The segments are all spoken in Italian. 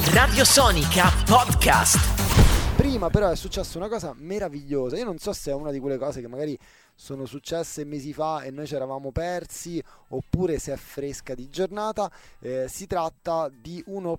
Radio Sonica Podcast. Prima però è successa una cosa meravigliosa. Io non so se è una di quelle cose che magari sono successe mesi fa e noi ci eravamo persi, oppure se è fresca di giornata. Si tratta di uno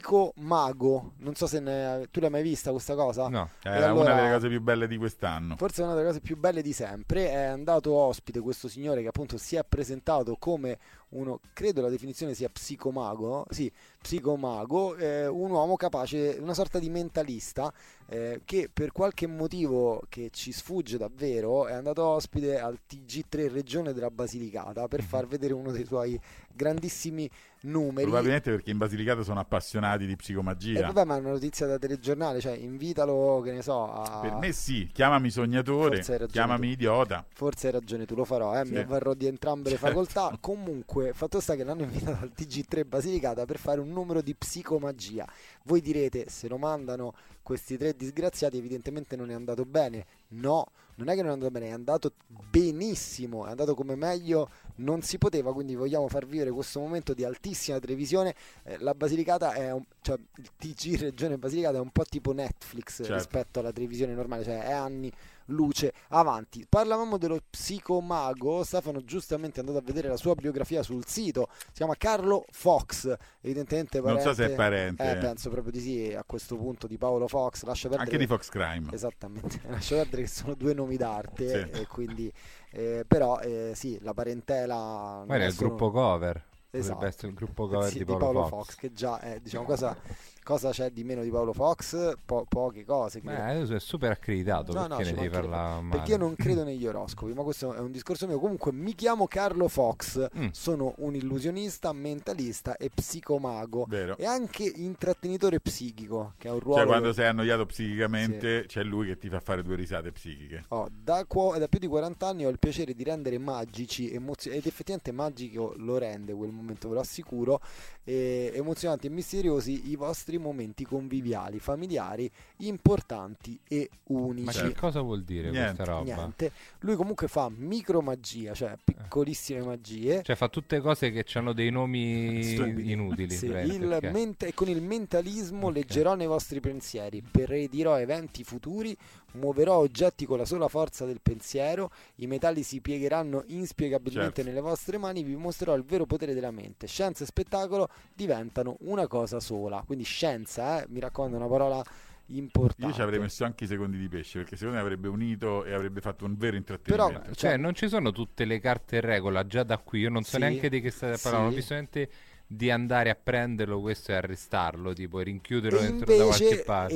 psicomago. Non so se tu l'hai mai vista questa cosa? No, Allora, una delle cose più belle di quest'anno. forse è una delle cose più belle di sempre. È andato ospite questo signore che appunto si è presentato come uno, credo la definizione sia psicomago, sì, psicomago, un uomo capace, una sorta di mentalista, che per qualche motivo che ci sfugge davvero è andato ospite al TG3 Regione della Basilicata per far vedere uno dei suoi grandissimi numeri. Probabilmente perché in Basilicata sono appassionati di E psicomagia. vabbè, ma è una notizia da telegiornale, cioè invitalo, che ne so, Per me sì, chiamami sognatore, Forse hai ragione chiamami tu. idiota. Forse hai ragione, tu lo farò, Sì. mi avvarrò di entrambe le Certo. facoltà. Comunque, fatto sta che l'hanno invitato al TG3 Basilicata per fare un numero di psicomagia. Voi direte, se lo mandano questi tre disgraziati, evidentemente non è andato bene. No, non è che non è andato bene, è andato benissimo, è andato come meglio non si poteva, quindi vogliamo far vivere questo momento di altissima televisione. La Basilicata è cioè il TG Regione Basilicata è un po' tipo Netflix, Certo. rispetto alla televisione normale, cioè è anni luce avanti. Parlavamo dello psicomago. Stefano giustamente è andato a vedere la sua biografia sul sito, si chiama Carlo Fox, evidentemente Non parente. so se è parente. Penso proprio di sì, a questo punto, di Paolo Fox. Lascia perdere, Anche di Fox Crime. esattamente, lascia perdere che sono due nomi d'arte, Sì. e quindi però sì, la parentela non Guarda, è il solo- gruppo cover. Esatto. Potrebbe essere il gruppo cover Sì, di Paolo Fox. che già è, diciamo, cosa c'è di meno di Paolo Fox? Poche cose, credo. Beh, è super accreditato, No, no, perché ci ne devi mancherebbe. parlare male? Perché io non credo negli oroscopi, ma questo è un discorso mio. Comunque mi chiamo Carlo Fox, sono un illusionista, mentalista e psicomago, Vero. e anche intrattenitore psichico, che è un ruolo Cioè quando che- sei annoiato psicicamente c'è lui che ti fa fare due risate psichiche. Da più di 40 anni ho il piacere di rendere magici, ed effettivamente magico lo rende quel momento, ve lo assicuro, emozionanti e misteriosi i vostri momenti conviviali, familiari, importanti e unici. Ma Certo. che cosa vuol dire Niente. questa roba? Niente, lui comunque fa micromagia, cioè piccolissime magie. Cioè fa tutte cose che hanno dei nomi Stupidi. inutili. Sì, veramente, e con il mentalismo Ok. leggerò nei vostri pensieri, predirò eventi futuri, muoverò oggetti con la sola forza del pensiero, i metalli si piegheranno inspiegabilmente Certo. nelle vostre mani, vi mostrerò il vero potere della mente. Scienza e spettacolo diventano una cosa sola. Quindi scienza, mi raccomando, è una parola importante. Io ci avrei messo anche i secondi di pesce, perché secondo me avrebbe unito e avrebbe fatto un vero intrattenimento. Però, Cioè non ci sono tutte le carte in regola già da qui. Io non so Sì, neanche di che state parlando. sì. Ho visto niente di andare a prenderlo questo e arrestarlo, tipo, e rinchiuderlo E dentro da qualche invece, parte.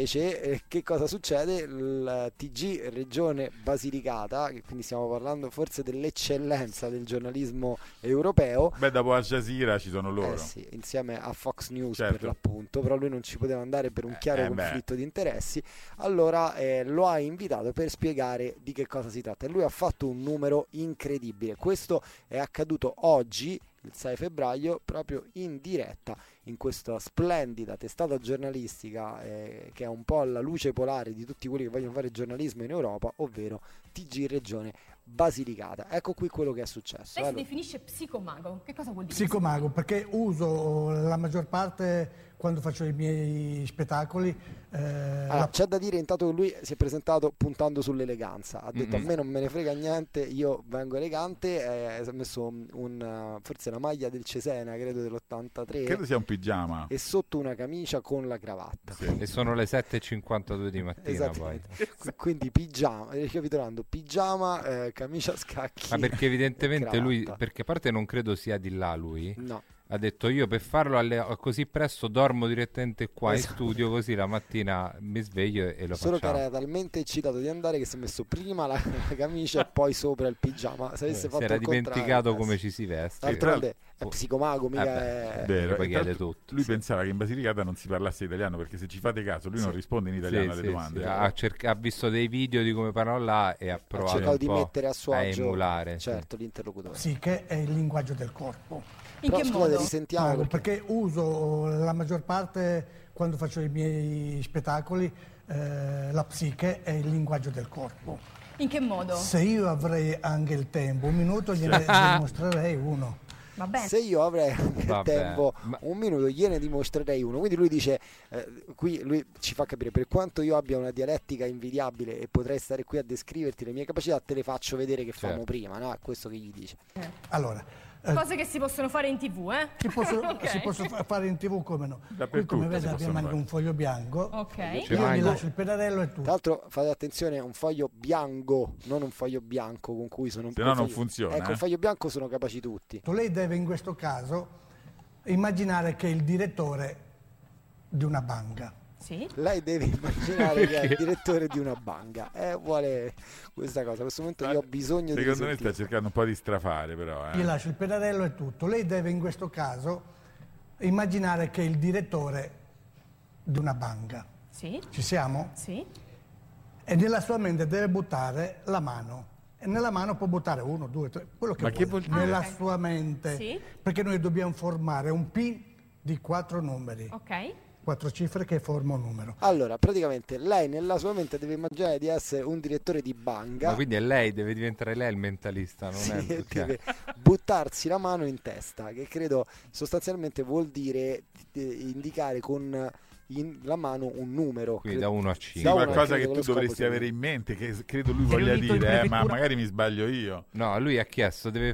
che cosa succede? Il TG Regione Basilicata, che quindi stiamo parlando forse dell'eccellenza del giornalismo europeo, Beh, dopo Al Jazeera ci sono loro. sì, insieme a Fox News, Certo. per l'appunto, però lui non ci poteva andare per un chiaro beh. conflitto di interessi. Allora lo ha invitato per spiegare di che cosa si tratta, e lui ha fatto un numero incredibile. Questo è accaduto oggi, il 6 febbraio, proprio in diretta in questa splendida testata giornalistica, che è un po' la luce polare di tutti quelli che vogliono fare giornalismo in Europa, ovvero TG Regione Basilicata. Ecco qui quello che è successo. Lei si Allora, definisce psicomago. Che cosa vuol dire? Psicomago, perché uso la maggior parte, quando faccio i miei spettacoli, allora, c'è da dire intanto che lui si è presentato puntando sull'eleganza, ha detto a me non me ne frega niente, io vengo elegante, si è messo forse una maglia del Cesena, credo dell'83, Credo sia un pigiama. e sotto una camicia con la cravatta. E sono le 7:52 di mattina poi. Esattamente. Quindi pigiama, ricapitolando, pigiama, camicia a scacchi. Ma perché evidentemente e lui, cravatta. perché a parte non credo sia di là lui, No. ha detto io per farlo così presto dormo direttamente qua in Esatto. studio, così la mattina mi sveglio e lo Solo che facciamo. era talmente eccitato di andare che si è messo prima la camicia e poi sopra il pigiama. Se avesse Si fatto era il contrario, dimenticato come ci si veste. d'altronde è Oh. psicomago, mica Vabbè. è... Vero. poi E chiede tra l'altro tutto. Lui pensava che in Basilicata non si parlasse italiano, perché se ci fate caso lui non risponde in italiano alle domande. Ha visto dei video di come parlano là e ha provato cercato un di po' mettere a suo a agio, emulare. sì. certo, l'interlocutore. sì, che è il linguaggio del corpo. In Però che scusate, modo? risentiamo Perché uso la maggior parte, quando faccio i miei spettacoli, la psiche è il linguaggio del corpo. In che modo? Se io avrei anche il tempo, un minuto gliene mostrerei uno. Va bene. Se io avrei anche Vabbè, tempo, ma- un minuto, gliene dimostrerei uno. Quindi lui dice, qui lui ci fa capire, per quanto io abbia una dialettica invidiabile e potrei stare qui a descriverti le mie capacità, te le faccio vedere che fanno prima, no? È questo che gli dice. Allora, Cose che si possono fare in TV, eh? si possono fare in TV come no. Qui Dappertutto come si vede possono abbiamo anche fare. un foglio bianco. Ok. Ci Io gli manco. lascio il pennarello e tutto. Tra l'altro fate attenzione, è un foglio bianco, non un foglio bianco con cui sono... Se no non foglio- funziona, Ecco, eh. il foglio bianco sono capaci tutti. Lei deve in questo caso immaginare che è il direttore di una banca. Sì. Lei deve immaginare che è il direttore di una banca e vuole questa cosa. In questo momento io ho bisogno di Secondo me sta risentirlo. cercando un po' di strafare, però. Gli lascio il pennarello e tutto. Lei deve in questo caso immaginare che è il direttore di una banca. Sì. Ci siamo? Sì. E nella sua mente deve buttare la mano. E nella mano può buttare 1, 2, 3, quello che Ma vuole. che vuol dire? Nella ok. sua mente. Sì. Perché noi dobbiamo formare un PIN di 4 numeri, Ok. 4 cifre che formano un numero. Allora, praticamente lei nella sua mente deve immaginare di essere un direttore di banca. Ma quindi è lei, deve diventare lei il mentalista, non Sì, è e ok. deve buttarsi la mano in testa, che credo sostanzialmente vuol dire indicare con la mano un numero. Quindi da 1 a 5. Sì, Da uno qualcosa credo che che tu lo scopo dovresti sia avere quello. in mente, che credo lui Sei voglia riunito in dire, ma prefettura? magari mi sbaglio io. No, lui ha chiesto, deve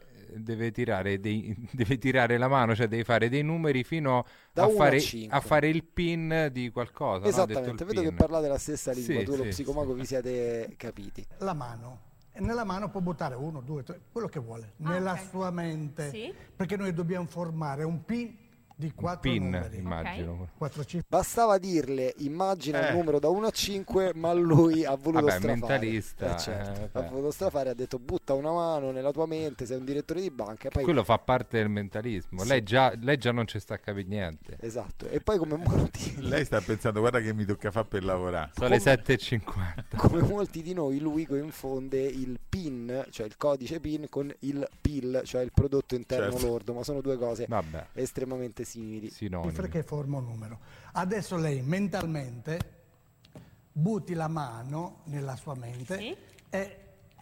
tirare la mano, cioè devi fare dei numeri fino Da a 1 a fare, 5. a fare il pin di qualcosa. no? Ha detto Esattamente, il vedo che pin. parlate la stessa lingua, Sì, tu e lo sì, psicomago sì. vi siete capiti. La mano. E nella mano può buttare 1, 2, 3, quello che vuole. Ah, nella ok. sua mente. Sì. Perché noi dobbiamo formare un PIN di 4 Pin, numeri. immagino. 4 cifre. Bastava dirle immagina un numero da 1 a 5, ma lui ha voluto Vabbè, strafare. mentalista, Certo, beh. ha voluto strafare, ha detto butta una mano nella tua mente, sei un direttore di banca e poi Quello fa parte del mentalismo. Sì. Lei già non ci sta a capire niente. esatto, e poi come molti Lei sta pensando, guarda che mi tocca fare per lavorare. Sono le 7:50. come molti di noi lui confonde il PIN, cioè il codice PIN con il PIL, cioè il prodotto interno Certo. lordo, ma sono due cose Vabbè, estremamente simili. sinonimi. Cifre che formano un numero. Adesso lei mentalmente butti la mano nella sua mente Sì. e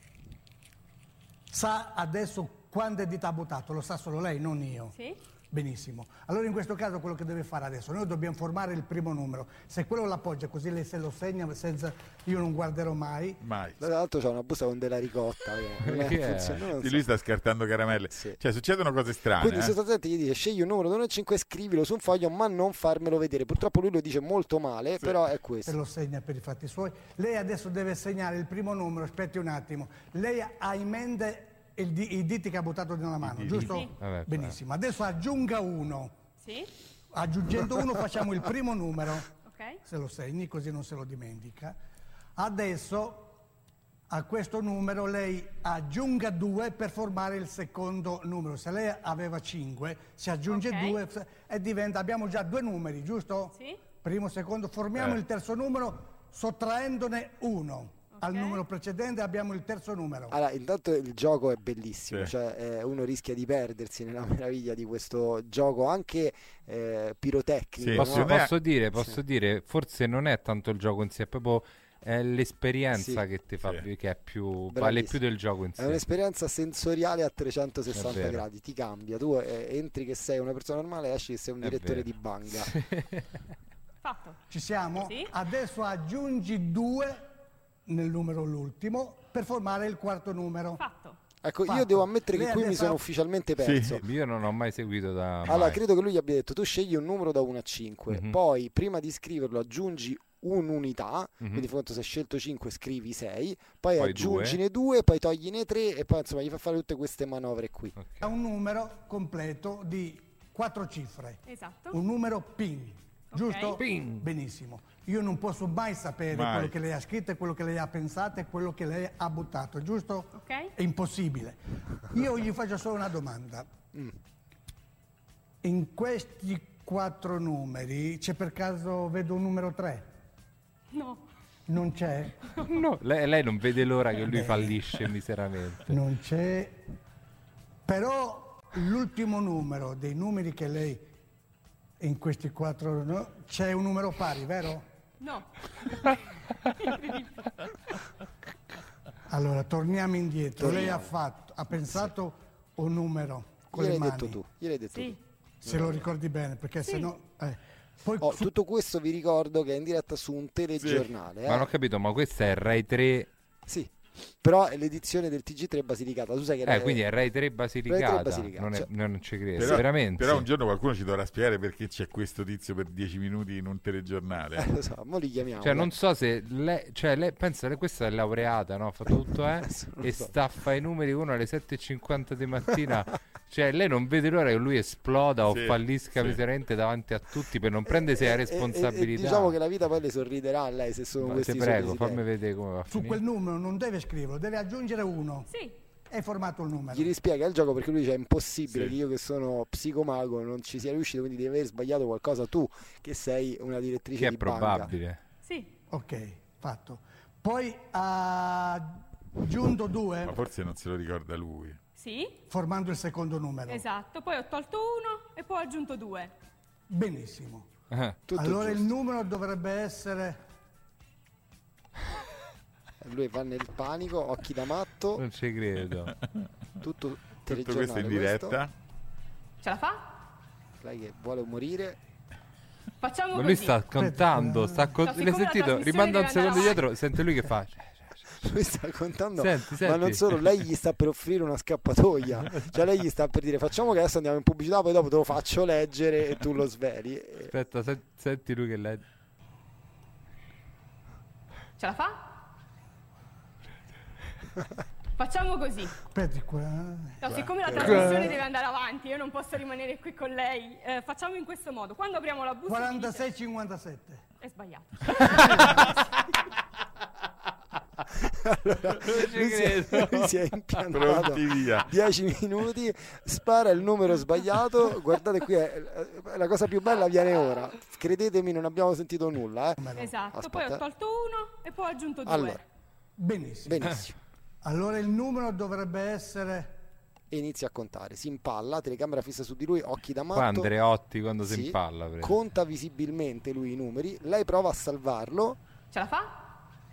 sa adesso quante dita ha buttato, lo sa solo lei, non io. Sì. Benissimo. Allora in questo caso quello che deve fare adesso, noi dobbiamo formare il primo numero. Se quello l'appoggia così lei se lo segna senza io non guarderò mai. Mai. Tra l'altro c'ha una busta con della ricotta che non Che è? funziona, non Sì, so. lui sta scartando caramelle. Sì. Cioè, succedono cose strane. Quindi sostanzialmente gli dice scegli un numero da 1 a 5 e scrivilo su un foglio, ma non farmelo vedere. Purtroppo lui lo dice molto male, però è Se questo. lo segna per i fatti suoi. Lei adesso deve segnare il primo numero, aspetti un attimo. Lei ha in mente i diti che ha buttato nella mano, giusto? Sì. Vabbè, Benissimo. Adesso aggiunga 1. Sì. Aggiungendo 1 facciamo il primo numero. Ok. Se lo segni così non se lo dimentica. Adesso a questo numero lei aggiunga 2 per formare il secondo numero. Se lei aveva 5, si aggiunge Ok. 2 e diventa, abbiamo già 2 numeri, giusto? Sì. Primo, secondo, formiamo il terzo numero sottraendone 1. Al Ok. numero precedente abbiamo il terzo numero. Allora, intanto il gioco è bellissimo, Sì. cioè uno rischia di perdersi nella meraviglia di questo gioco anche pirotecnico. Sì. no? Posso Sì. dire, forse non è tanto il gioco in sé, è proprio l'esperienza Sì. che ti fa Sì. che è vale Bravissimo. più del gioco in È sé. un'esperienza sensoriale a È 360 vero. gradi, ti cambia. Tu entri che sei una persona normale, esci che sei un È direttore vero. di banca. Fatto. Ci siamo? Sì. Adesso aggiungi 2 nel numero l'ultimo per formare il quarto numero. Fatto. Ecco, io Fatto. devo ammettere che Lei qui mi adesso sono ha- ufficialmente Sì. perso. Io non ho mai seguito da Allora, mai. credo che lui gli abbia detto: tu scegli un numero da 1 a 5, Mhm. poi prima di scriverlo aggiungi un'unità, Mhm. quindi quando sei scelto 5 scrivi 6, poi Poi aggiungine 2, poi togline 3 e poi insomma gli fa fare tutte queste manovre qui. Ok. Ha un numero completo di 4 cifre, Esatto. un numero PIN, giusto? PIN. Benissimo. Io non posso mai sapere Mai. quello che lei ha scritto, e quello che lei ha pensato e quello che lei ha buttato, giusto? Ok. È impossibile. Io gli faccio solo una domanda. In questi 4 numeri c'è per caso, vedo un numero 3? No. Non c'è? No, lei non vede l'ora che lui fallisce miseramente. Non c'è. Però l'ultimo numero dei numeri che lei in questi 4 c'è un numero pari, vero? No. Allora torniamo indietro. Torniamo. Lei ha pensato un numero con Gliel'hai le detto mani. tu. Gliel'ai detto Sì. tu. Se lo ricordi bene, perché Sì. se no... Poi Tutto questo vi ricordo che è in diretta su un telegiornale. Ma non ho capito, ma questa è Rai 3. Sì, però è l'edizione del TG3 Basilicata. Tu sai che Quindi è Rai 3 Basilicata. Rai 3 Basilicata, Non, cioè- non ci credo. Però, Veramente. però un giorno qualcuno ci dovrà spiegare perché c'è questo tizio per 10 minuti in un telegiornale. lo so, mo li chiamiamo. Cioè, non so se lei, pensa che questa è laureata, no? Ha fatto tutto, Adesso non e lo so. sta a fare i numeri uno alle 7:50 di mattina. Cioè, lei non vede l'ora che lui esploda o Sì, fallisca sì. miseramente davanti a tutti per non prendersi la responsabilità. Diciamo che la vita poi le sorriderà a lei se sono Ma questi te i suoi prego, desideri. fammi vedere come va a su finire. quel numero non deve scriverlo, deve aggiungere 1. Sì. È formato il numero. Gli rispiega il gioco perché lui dice è impossibile Sì. che io che sono psicomago non ci sia riuscito, quindi devi aver sbagliato qualcosa tu che sei una direttrice Che è di banca. probabile. Sì. Ok, fatto. Poi ha aggiunto Ma 2 forse non se lo ricorda lui. Sì. formando il secondo numero. Esatto. Poi ho tolto 1 e poi ho aggiunto 2. Benissimo. Tutto Allora il giusto. numero dovrebbe essere... Lui va nel panico, occhi da matto, Non ci credo. tutto Tutto questo in diretta. Ce la fa? Lei che vuole morire. Facciamo Ma così. lui sta contando, No, siccome l'hai la sentito? trasmissione Rimanda un deve secondo andare dietro, sente lui che fa. Lui sta contando, Senti, ma non solo, lei gli sta per offrire una scappatoia. Cioè lei gli sta per dire facciamo che adesso andiamo in pubblicità, poi dopo te lo faccio leggere e tu lo sveli. Aspetta, senti lui che legge. Ce la fa? Facciamo così. Aspetti qua. No, siccome la trasmissione deve andare avanti, io non posso rimanere qui con lei. Facciamo in questo modo. Quando apriamo la busta mi dice- 46-57. è sbagliato. Allora, lui si è impiantato Pronti via. 10 minuti, spara il numero sbagliato. Guardate qui, la cosa più bella viene ora. Credetemi, non abbiamo sentito nulla. Esatto. Poi Aspetta. ho tolto 1 e poi ho aggiunto 2. Allora, Benissimo. benissimo. Allora il numero dovrebbe essere... E inizia a contare. Si impalla, telecamera fissa su di lui, occhi da Qua matto. Andreotti quando si Sì, impalla. prende. conta visibilmente lui i numeri. Lei prova a salvarlo. Ce la fa?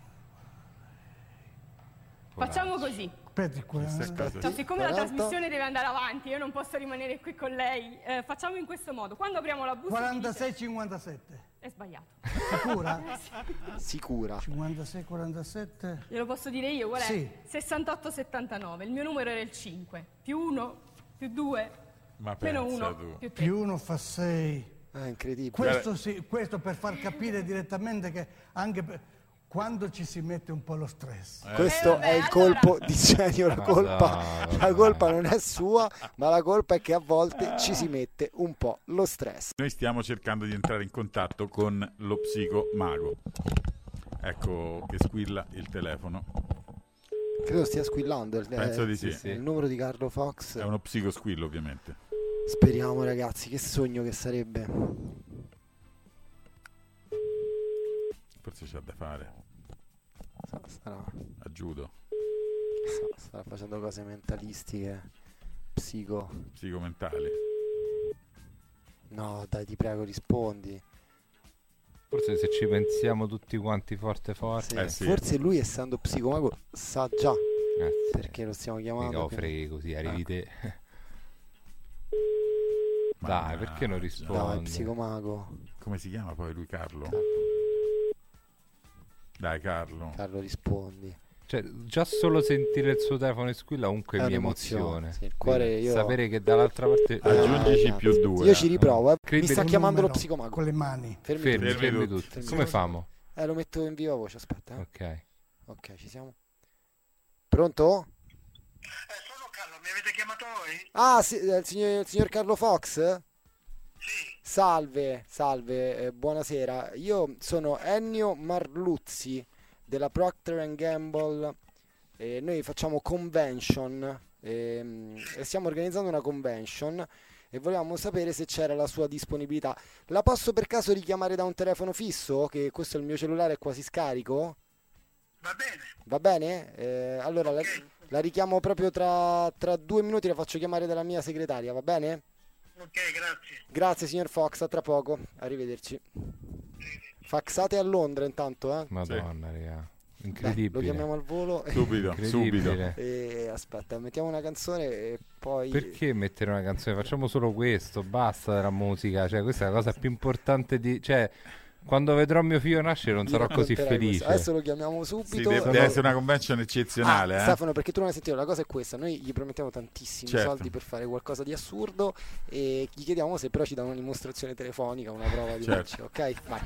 Facciamo così. Aspetti qua. No, siccome la 40. trasmissione deve andare avanti, io non posso rimanere qui con lei. Facciamo in questo modo. Quando apriamo la busta mi dice- 46-57. è sbagliato. Sicura? Sicura. 56-47. Glielo posso dire io? Qual è? Sì. 68-79. Il mio numero era il 5. Più 1, più 2, Ma meno pensa 1, tu. più 3. Più 1 fa 6. È incredibile. Questo, sì, questo per far capire direttamente che anche quando ci si mette un po' lo stress. Questo vabbè, è il allora- colpo di genio. La colpa, Madonna, la colpa non è sua, ma la colpa è che a volte ci si mette un po' lo stress. Noi stiamo cercando di entrare in contatto con lo psicomago. Ecco che squilla il telefono. Credo stia squillando. Penso di sì. Il numero di Carlo Fox. È uno psicosquillo, ovviamente. Speriamo, ragazzi, che sogno che sarebbe. Forse c'ha da fare. Starà A judo. facendo cose mentalistiche. Psicomentali. No, dai, ti prego, rispondi. Forse se ci pensiamo tutti quanti forte forte. Sì. sì. Forse lui, essendo psicomago, sa già Sì. perché lo stiamo Mica chiamando. lo quindi- freghi così, arrivi te. Dai, Mannaggia. perché non Dai, rispondi? psicomago. Come si chiama poi lui, Carlo? Dai, Carlo. Carlo, rispondi. Cioè, già solo sentire il suo telefono e squilla comunque È mi un'emozione, emozione. sì, il cuore Quindi io- sapere che dall'altra parte Aggiungici esatto. più 2. Io ci riprovo, Mi Credi sta che chiamando lo Numero psicomago. con le mani. Fermi fermi, tutti. Fermi tutti. tutti. Come famo? Lo metto in viva voce, aspetta. Ok. Ok, ci siamo. Pronto? Sono Carlo, mi avete chiamato voi? Ah, sì, il signor Carlo Fox? Sì. Salve, buonasera. Io sono Ennio Marluzzi della Procter & Gamble. Noi facciamo convention e stiamo organizzando una convention e volevamo sapere se c'era la sua disponibilità. La posso per caso richiamare da un telefono fisso? Che questo è il mio cellulare, è quasi scarico? Va bene. Va bene? Allora la richiamo proprio tra 2 minuti, la faccio chiamare dalla mia segretaria, va bene? Ok, grazie. Grazie signor Fox, a tra poco, arrivederci. Faxate a Londra intanto, eh? Madonna, raga. Incredibile. Lo chiamiamo al volo. Subito. Incredibile. E aspetta, mettiamo una canzone e poi... Perché mettere una canzone? Facciamo solo questo, basta della musica. Cioè, questa è la cosa più importante di... Cioè, quando vedrò mio figlio nascere non Gli sarò così racconterai felice. questo. Adesso lo chiamiamo Sì, subito. deve essere una convention eccezionale. Stefano, perché tu non hai sentito, la cosa è questa: noi gli promettiamo tantissimi Certo. soldi per fare qualcosa di assurdo e gli chiediamo se però ci dà una dimostrazione telefonica, una prova di Certo. voce, ok? Vai.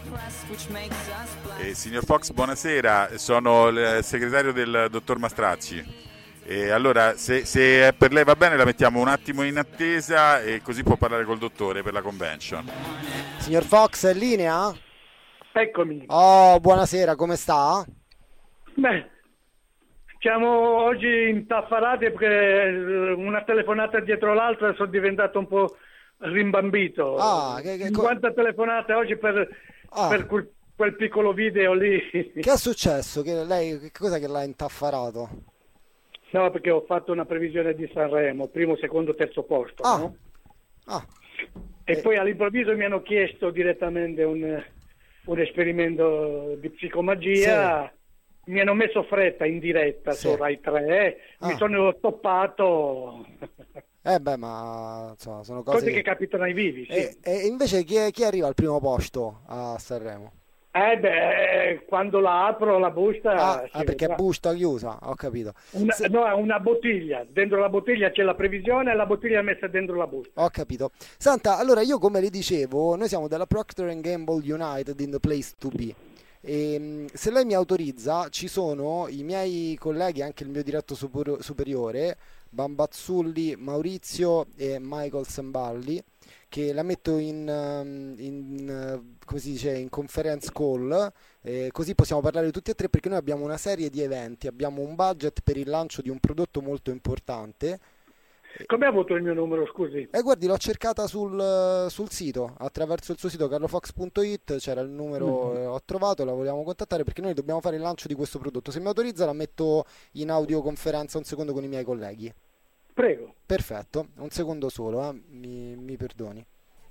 Signor Fox, buonasera, sono il segretario del dottor Mastracci. E allora, se per lei va bene, la mettiamo un attimo in attesa e così può parlare col dottore per la convention. Signor Fox, è in linea? Eccomi. Oh, buonasera, come sta? Beh, siamo oggi intaffarati perché una telefonata dietro l'altra sono diventato un po' rimbambito. Che 50 telefonate oggi per quel piccolo video lì. è successo? Che cosa che l'ha intaffarato? No, perché ho fatto una previsione di Sanremo, primo, secondo, terzo posto, no? E poi all'improvviso mi hanno chiesto direttamente un esperimento di psicomagia, mi hanno messo fretta in diretta su Rai 3, mi sono toppato. Ma insomma, sono cose che capitano ai vivi, sì. E invece chi arriva al primo posto a Sanremo? Quando la apro la busta perché è busta chiusa, ho capito. Una bottiglia, dentro la bottiglia c'è la previsione e la bottiglia è messa dentro la busta. Ho capito. Senta, allora io come le dicevo, noi siamo della Procter & Gamble United in the Place to Be. E, se lei mi autorizza, ci sono i miei colleghi, anche il mio diretto superiore, Bambazzulli, Maurizio e Michael Samballi, che la metto come si dice, in conference call, così possiamo parlare tutti e tre, perché noi abbiamo una serie di eventi, abbiamo un budget per il lancio di un prodotto molto importante. Come ha avuto il mio numero, scusi? Guardi, l'ho cercata sul sito, attraverso il suo sito carlofox.it, c'era il numero, ho trovato, la volevamo contattare perché noi dobbiamo fare il lancio di questo prodotto. Se mi autorizza la metto in audioconferenza un secondo con i miei colleghi. Prego. Perfetto, un secondo solo, mi perdoni.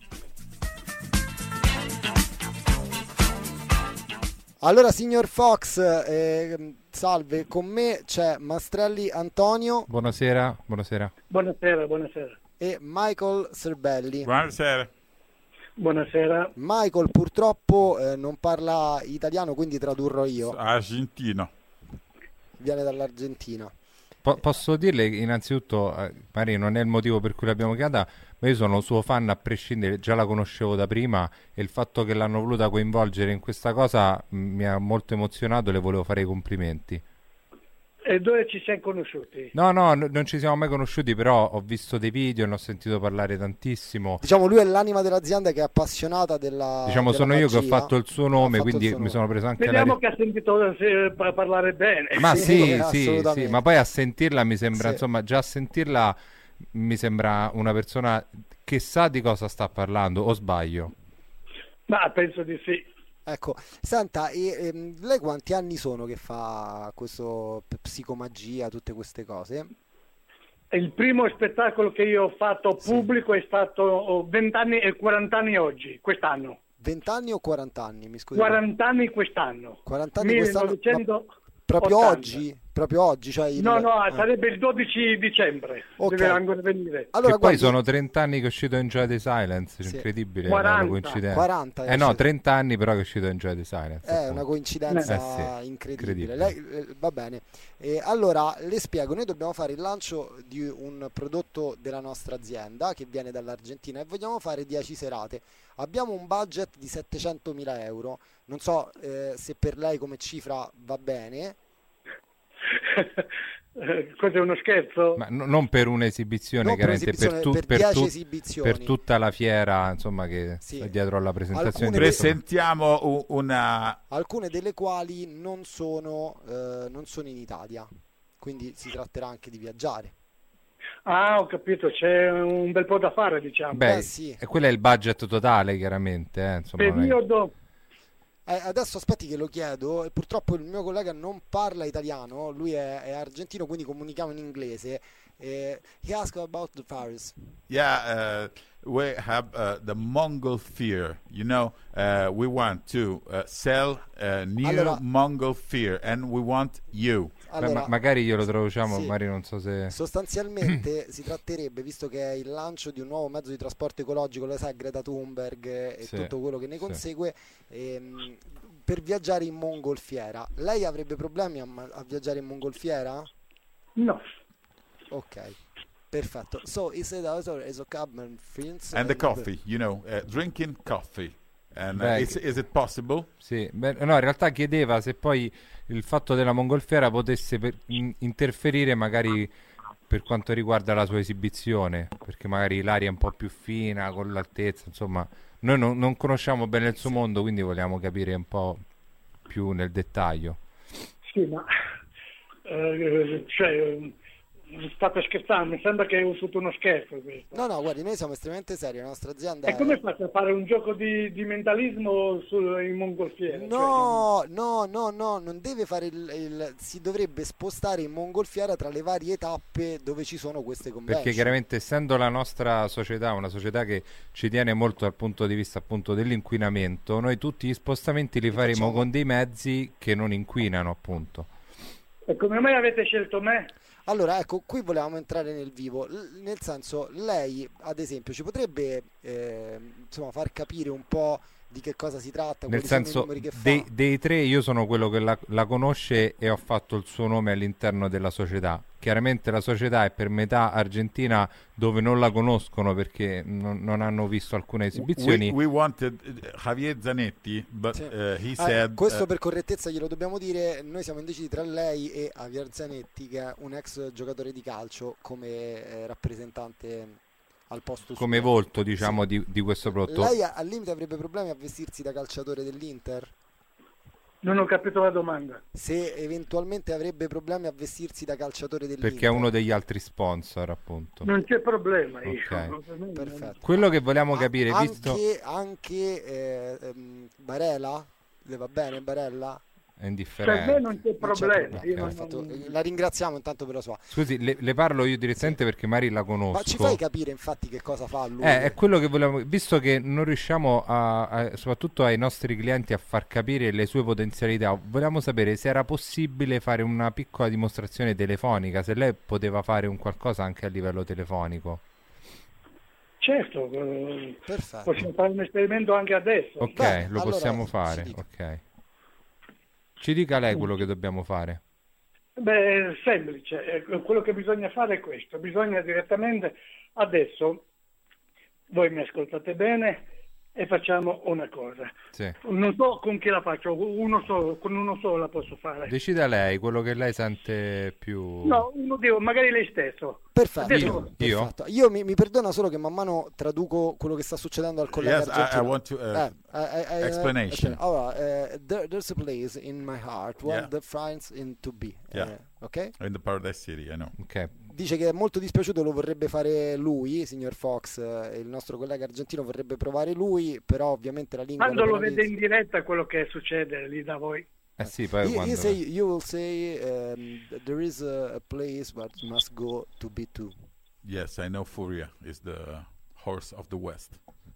Allora, signor Fox, salve, con me c'è Mastrelli Antonio. Buonasera. Buonasera. E Michael Serbelli. Buonasera. Michael purtroppo non parla italiano, quindi tradurrò io. Argentino. Viene dall'Argentina. Posso dirle innanzitutto, magari non è il motivo per cui l'abbiamo chiamata, ma io sono suo fan a prescindere, già la conoscevo da prima e il fatto che l'hanno voluta coinvolgere in questa cosa mi ha molto emozionato e le volevo fare i complimenti. E dove ci siamo conosciuti? No, non ci siamo mai conosciuti, però ho visto dei video e ne ho sentito parlare tantissimo. Diciamo, lui è l'anima dell'azienda che è appassionata della Diciamo, della sono io che ho magia. fatto il suo nome, quindi mi sono preso anche Vediamo che ha sentito parlare bene. Ma sì, assolutamente. ma poi a sentirla mi sembra, Sì. insomma, già a sentirla mi sembra una persona che sa di cosa sta parlando, o sbaglio? Ma penso di sì. Ecco, senta, lei quanti anni sono che fa questo psicomagia, tutte queste cose? Il primo spettacolo che io ho fatto pubblico è stato 20 anni e 40 anni oggi, quest'anno. 20 anni o 40 anni, mi scusi? 40 anni quest'anno. 40 anni quest'anno? 1980. Proprio oggi? Proprio oggi? Cioè No, sarebbe il 12 dicembre. Ok. Deve ancora venire. Allora, Che poi guardi, sono 30 anni che è uscito Enjoy the Silence, Sì. incredibile, 40. la coincidenza. 40 è no, uscito. 30 anni però che è uscito Enjoy the Silence. È una coincidenza sì, incredibile. incredibile. Lei, va bene. Allora, le spiego, noi dobbiamo fare il lancio di un prodotto della nostra azienda che viene dall'Argentina e vogliamo fare 10 serate. Abbiamo un budget di 700.000 euro. Non so se per lei come cifra va bene. Cos'è, uno scherzo? Ma non per un'esibizione, Non per chiaramente un'esibizione, per 10 esibizioni. per tutta la fiera, insomma, che Sì. è dietro alla presentazione. Alcune Presentiamo una... Alcune delle quali non sono in Italia, quindi si tratterà anche di viaggiare. Ah, ho capito, c'è un bel po' da fare, diciamo. Beh, sì. e quello è il budget totale, chiaramente. Insomma, non è- Periodo... Adesso aspetti che lo chiedo, e purtroppo il mio collega non parla italiano, lui è argentino, quindi comunichiamo in inglese. He asked about the virus. Yeah, we have the Mongol fear. You know, we want to sell new Mongol fear, and we want you. Allora, magari glielo traduciamo, sì. Magari non so se... Sostanzialmente si tratterebbe, visto che è il lancio di un nuovo mezzo di trasporto ecologico, lo sai, Greta Thunberg e tutto quello che ne consegue, per viaggiare in mongolfiera. Lei avrebbe problemi a viaggiare in mongolfiera? No. Ok, perfetto. So he said also as a cabman friends and the coffee, you know, drinking coffee. And is it possible? Sì, no, in realtà chiedeva se poi il fatto della mongolfiera potesse interferire magari per quanto riguarda la sua esibizione, perché magari l'aria è un po' più fina con l'altezza, insomma, noi non conosciamo bene il suo mondo, quindi vogliamo capire un po' più nel dettaglio. Sì, ma state scherzando, mi sembra che è tutto uno scherzo questo. No, guardi, noi siamo estremamente seri, la nostra azienda E come fate a fare un gioco di mentalismo in mongolfiera? No, non deve fare si dovrebbe spostare in mongolfiera tra le varie tappe dove ci sono queste convention. Perché chiaramente, essendo la nostra società una società che ci tiene molto dal punto di vista appunto dell'inquinamento, noi tutti gli spostamenti li faremo con dei mezzi che non inquinano, appunto. E come mai avete scelto me? Allora, ecco, qui volevamo entrare nel vivo, nel senso, lei, ad esempio, ci potrebbe insomma, far capire un po' di che cosa si tratta? Nel senso, dei tre io sono quello che la conosce e ho fatto il suo nome all'interno della società. Chiaramente la società è per metà argentina, dove non la conoscono perché non hanno visto alcune esibizioni. We wanted Javier Zanetti, but he said... Questo per correttezza glielo dobbiamo dire, noi siamo indecisi tra lei e Javier Zanetti, che è un ex giocatore di calcio, come rappresentante al posto come suo. Volto, diciamo, sì, di questo prodotto. Lei al limite avrebbe problemi a vestirsi da calciatore dell'Inter? Non ho capito la domanda. Se eventualmente avrebbe problemi a vestirsi da calciatore dell'Inter. Perché è uno degli altri sponsor, appunto. Non c'è problema. Okay. Perfetto. Quello che vogliamo capire, anche Barella? Le va bene Barella? È indifferente. Per me non c'è problema. La ringraziamo intanto per la sua. Scusi, le parlo io direttamente, sì, perché Mari la conosco. Ma ci fai capire infatti che cosa fa lui? È quello che volevamo, visto che non riusciamo soprattutto ai nostri clienti a far capire le sue potenzialità, volevamo sapere se era possibile fare una piccola dimostrazione telefonica, se lei poteva fare un qualcosa anche a livello telefonico. Certo, perfetto. Possiamo fare un esperimento anche adesso. Ok, beh, lo possiamo fare. Ok. Ci dica lei quello che dobbiamo fare. Beh, è semplice, quello che bisogna fare è questo, bisogna direttamente adesso, voi mi ascoltate bene e facciamo una cosa. Sì. Non so con chi la faccio, con uno solo la posso fare. Decida lei, quello che lei sente più... No, magari lei stesso. Perfetto. Io mi perdona solo che man mano traduco quello che sta succedendo al collega argentino. I want to explanation. Allora, there's a place in my heart where the finds in to be. Ok? In the Paradise City, I know. Ok. Dice che è molto dispiaciuto, lo vorrebbe fare lui, signor Fox, il nostro collega argentino vorrebbe provare lui, però ovviamente la lingua... Quando lo vede in diretta quello che succede lì da voi. Sì, poi you will say there is a place where you must go to be to. Yes, I know Furia is the horse of the West.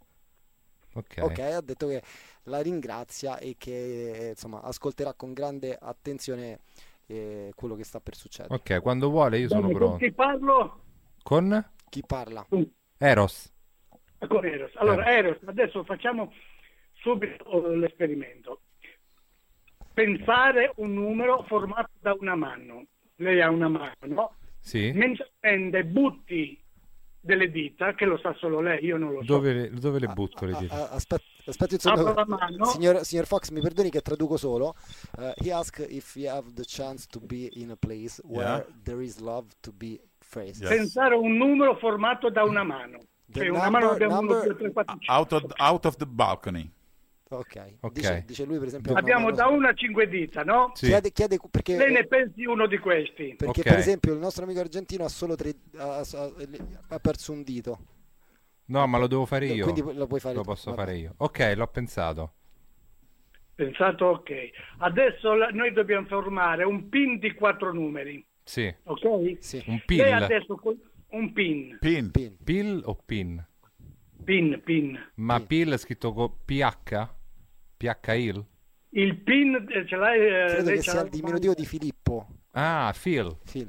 Ok, ha detto che la ringrazia e che insomma ascolterà con grande attenzione quello che sta per succedere. Ok, quando vuole io sono pronto. Con chi parlo? Con? Chi parla? Eros. Con Eros. Allora, Eros, adesso facciamo subito l'esperimento. Pensare un numero formato da una mano. Lei ha una mano, no? Sì. Mentre butti delle dita, che lo sa solo lei, io non lo so. Dove le butto le dita? Aspetti signor Fox, mi perdoni che traduco solo. He asked if you have the chance to be in a place where there is love to be phrased. Yes. Pensare un numero formato da una mano. Cioè una mano abbiamo 1, 2, 3, 4, 5. Out of the balcony. Ok. Dice lui per esempio. Abbiamo da 1 a 5 dita, no? Sì. Chiede perché lei ne pensi uno di questi. Perché per esempio il nostro amico argentino ha solo 3, ha perso un dito. No, ma lo devo fare io. Quindi lo puoi fare. Lo posso fare io. Ok, l'ho pensato. Pensato, ok. Adesso noi dobbiamo formare un pin di 4 numeri. Sì. Ok? Sì. Un Lei PIL. adesso un PIN. Pin. PIL o PIN? PIN. Ma PIL è scritto con PH? PHIL? Il PIN ce l'hai? Credo lei che ce sia l'ha il diminutivo di Filippo. Ah, Phil. Phil.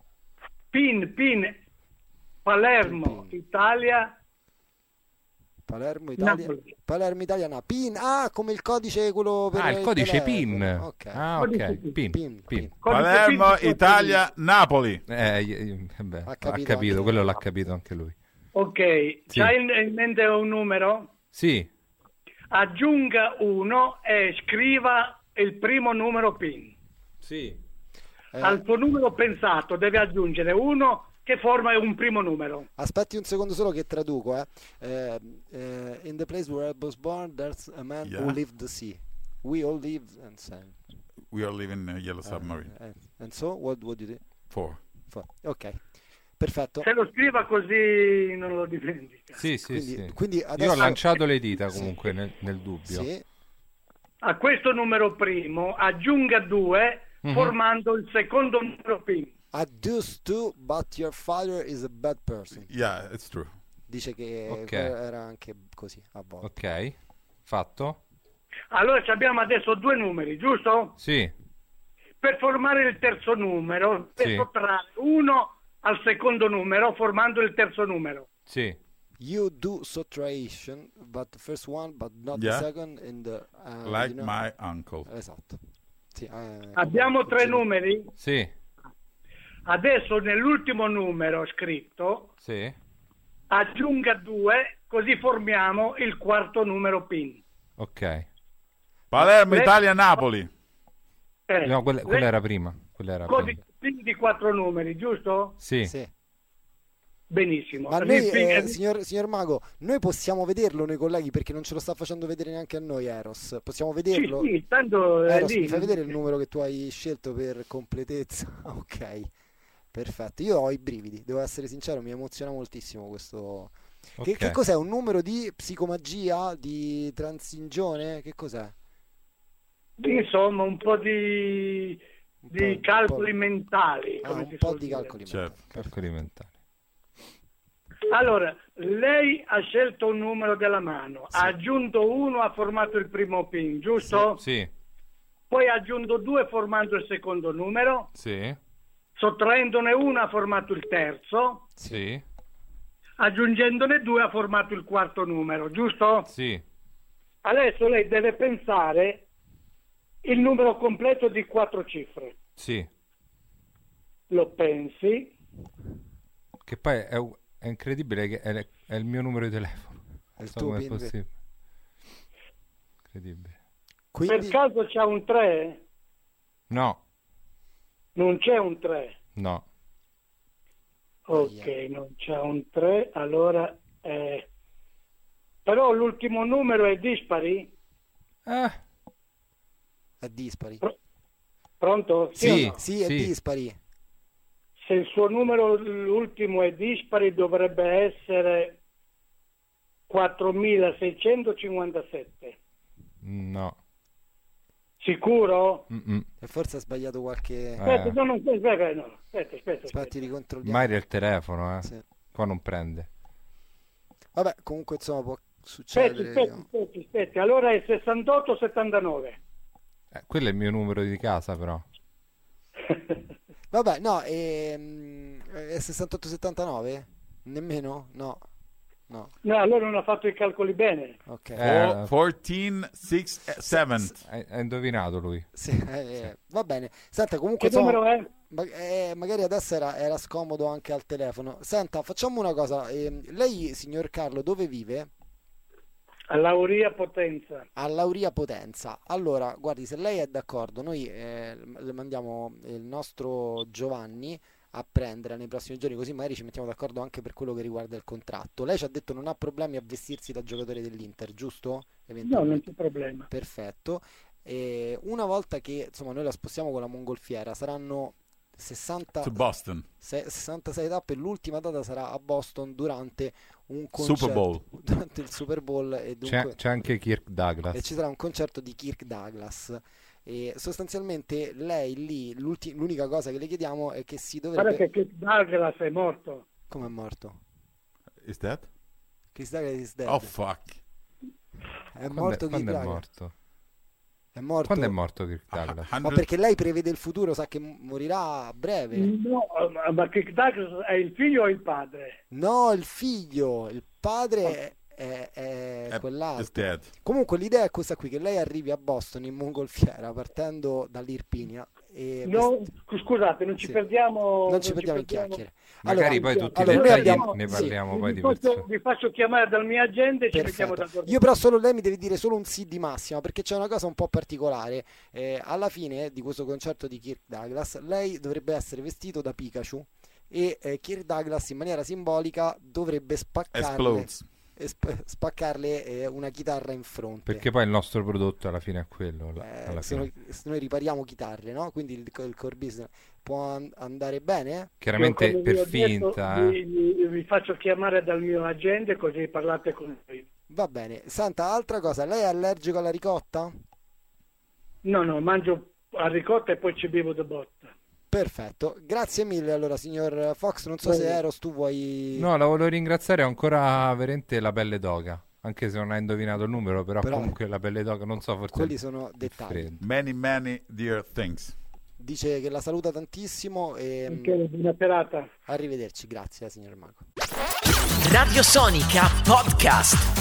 PIN. Palermo, PIN. Italia. Palermo, Italia. Napoli. Palermo, Italia, no. PIN. Ah, come il codice quello per Il codice telefono. PIN. Ok. Ah, Codice ok. PIN. PIN. PIN. PIN. Codice Palermo, PIN. Italia, Napoli. Beh, Ha ha capito capito, anche quello lui. l'ha capito anche lui. Ok, Sì. c'hai in mente un numero? Sì, Aggiunga 1 e scriva il primo numero PIN. sì. Al tuo numero pensato deve aggiungere 1 che forma un primo numero. Aspetti un secondo solo che traduco. In the place where I was born, there's a man who Yeah. lived the sea. We all live and sang. We are living in a yellow submarine. And so, what you do? 4. Ok, perfetto. Se lo scriva così non lo dimentica. Sì, sì, Quindi- sì. quindi Io adesso- ho lanciato le dita comunque nel dubbio. Sì. A questo numero primo aggiunga 2 formando il secondo numero PIN. I used to, but your father is a bad person. Yeah, it's true. Dice che Ok. era anche così a volte. Ok, fatto? Allora ci abbiamo adesso 2 numeri, giusto? Sì, Per formare il terzo numero Sì. deve sottrarre 1 al secondo numero formando il terzo numero. sì. You do subtraction, but the first one, but not Yeah. the second. In the, Like you know- my uncle. Esatto. Sì, Abbiamo come 3 cugino. numeri. Sì, Adesso nell'ultimo numero scritto sì. aggiunga 2 così formiamo il quarto numero PIN. Ok. Palermo, Le- Italia, Napoli. No, quella era prima. Quella era prima. Codice PIN di 4 numeri, giusto? Sì. Sì. Benissimo. Ma noi, Ripin- signor Mago, noi possiamo vederlo noi colleghi perché non ce lo sta facendo vedere neanche a noi Eros. Possiamo Sì, vederlo? sì, tanto Eros, lì. mi fai vedere il numero che tu hai scelto per completezza? Ok, perfetto. Io ho i brividi, devo essere sincero, mi emoziona moltissimo questo. Ok. Che cos'è? Un numero di psicomagia? Di transigione? Che cos'è? Insomma, un po' di un calcoli po'. mentali. Ah, come un si po' suol di dire. calcoli. Certo. Calcoli mentali. Allora, lei ha scelto un numero della mano, ha aggiunto 1, ha formato il primo PIN, giusto? Sì, Poi ha aggiunto 2 formando il secondo numero, sì, sottraendone 1 ha formato il terzo, sì, aggiungendone 2 ha formato il quarto numero, giusto? sì. Adesso lei deve pensare il numero completo di 4 cifre. Sì. Lo pensi? Che poi è incredibile che è il mio numero di telefono. È il Non so tuo com'è PIN. possibile. Incredibile. Quindi, Per caso c'ha un 3? No, Non c'è un 3. no. Ok, non c'è un 3, allora... Però l'ultimo numero è dispari? è dispari. Pronto? Sì. o no? Sì, è Sì. dispari. Se il suo numero l'ultimo è dispari dovrebbe essere 4657. No. Sicuro? Mm-mm. E forse ha sbagliato qualche. Aspetta, no, aspetta. Aspetti, ricontrolliamo. Mai del telefono, Sì. Qua non prende. Vabbè, comunque insomma può Aspetti, succedere. aspetti. Allora è 6879. Quello è il mio numero di casa, però. Vabbè, no, è 6879? Nemmeno? No. No, allora non ha fatto i calcoli bene. Ok. 14, 6, 7. Ha indovinato lui. Sì, va bene. Senta, comunque Che numero è? magari adesso era scomodo anche al telefono. Senta, facciamo una cosa. Lei, signor Carlo, dove vive? A Lauria Potenza. A Lauria Potenza. Allora, guardi, se lei è d'accordo, noi le mandiamo il nostro Giovanni a prendere nei prossimi giorni, così magari ci mettiamo d'accordo anche per quello che riguarda il contratto. Lei ci ha detto non ha problemi a vestirsi da giocatore dell'Inter, giusto? No, non c'è problema. Perfetto. E una volta che insomma noi la spostiamo con la mongolfiera saranno 60 To Boston. 66 tappe. L'ultima data sarà a Boston durante un concerto, Super Bowl. durante il Super Bowl, e dunque C'è anche Kirk e Douglas. ci sarà un concerto di Kirk Douglas. E sostanzialmente lei lì, l'unica cosa che le chiediamo è che si dovrebbe... Guarda che Douglas è morto. Come è morto? Is that? Chris Douglas is dead. Oh fuck. È morto Kirk Quando è Douglas. morto? È morto? Quando è morto Kirk Douglas? Ma perché lei prevede il futuro, sa che morirà a breve. No, ma Kirk Douglas è il figlio o il padre? No, il figlio, il padre è Is quell'altro. dead. Comunque l'idea è questa qui, che lei arrivi a Boston in mongolfiera partendo dall'Irpinia. E No, scusate, non ci Sì. perdiamo. Non ci perdiamo in chiacchiere. Magari poi tutti i allora, noi dettagli abbiamo- ne sì. parliamo poi Vi faccio chiamare dal mio agente e ci mettiamo Perfetto. d'accordo. Io però solo lei mi deve dire solo un sì di massima, perché c'è una cosa un po' particolare. Alla fine di questo concerto di Kirk Douglas lei dovrebbe essere vestito da Pikachu e Kirk Douglas in maniera simbolica dovrebbe spaccarle una chitarra in fronte. Perché poi il nostro prodotto alla fine è quello. Alla fine. Se noi ripariamo chitarre, no? Quindi il core business può andare bene? Chiaramente Io, come per vi ho detto, finta. vi faccio chiamare dal mio agente così parlate con lui. Va bene. Santa, altra cosa, lei è allergico alla ricotta? No, mangio a ricotta e poi ci bevo da botta. Perfetto, grazie mille allora signor Fox, non so se Eros tu vuoi... No, la volevo ringraziare ancora veramente la pelle d'oca. Anche se non ha indovinato il numero, però comunque la pelle d'oca, non so, forse quelli sono dettagli. Many dear things. Dice che la saluta tantissimo e Buona serata. arrivederci, grazie signor Mago. Radio Sonica Podcast.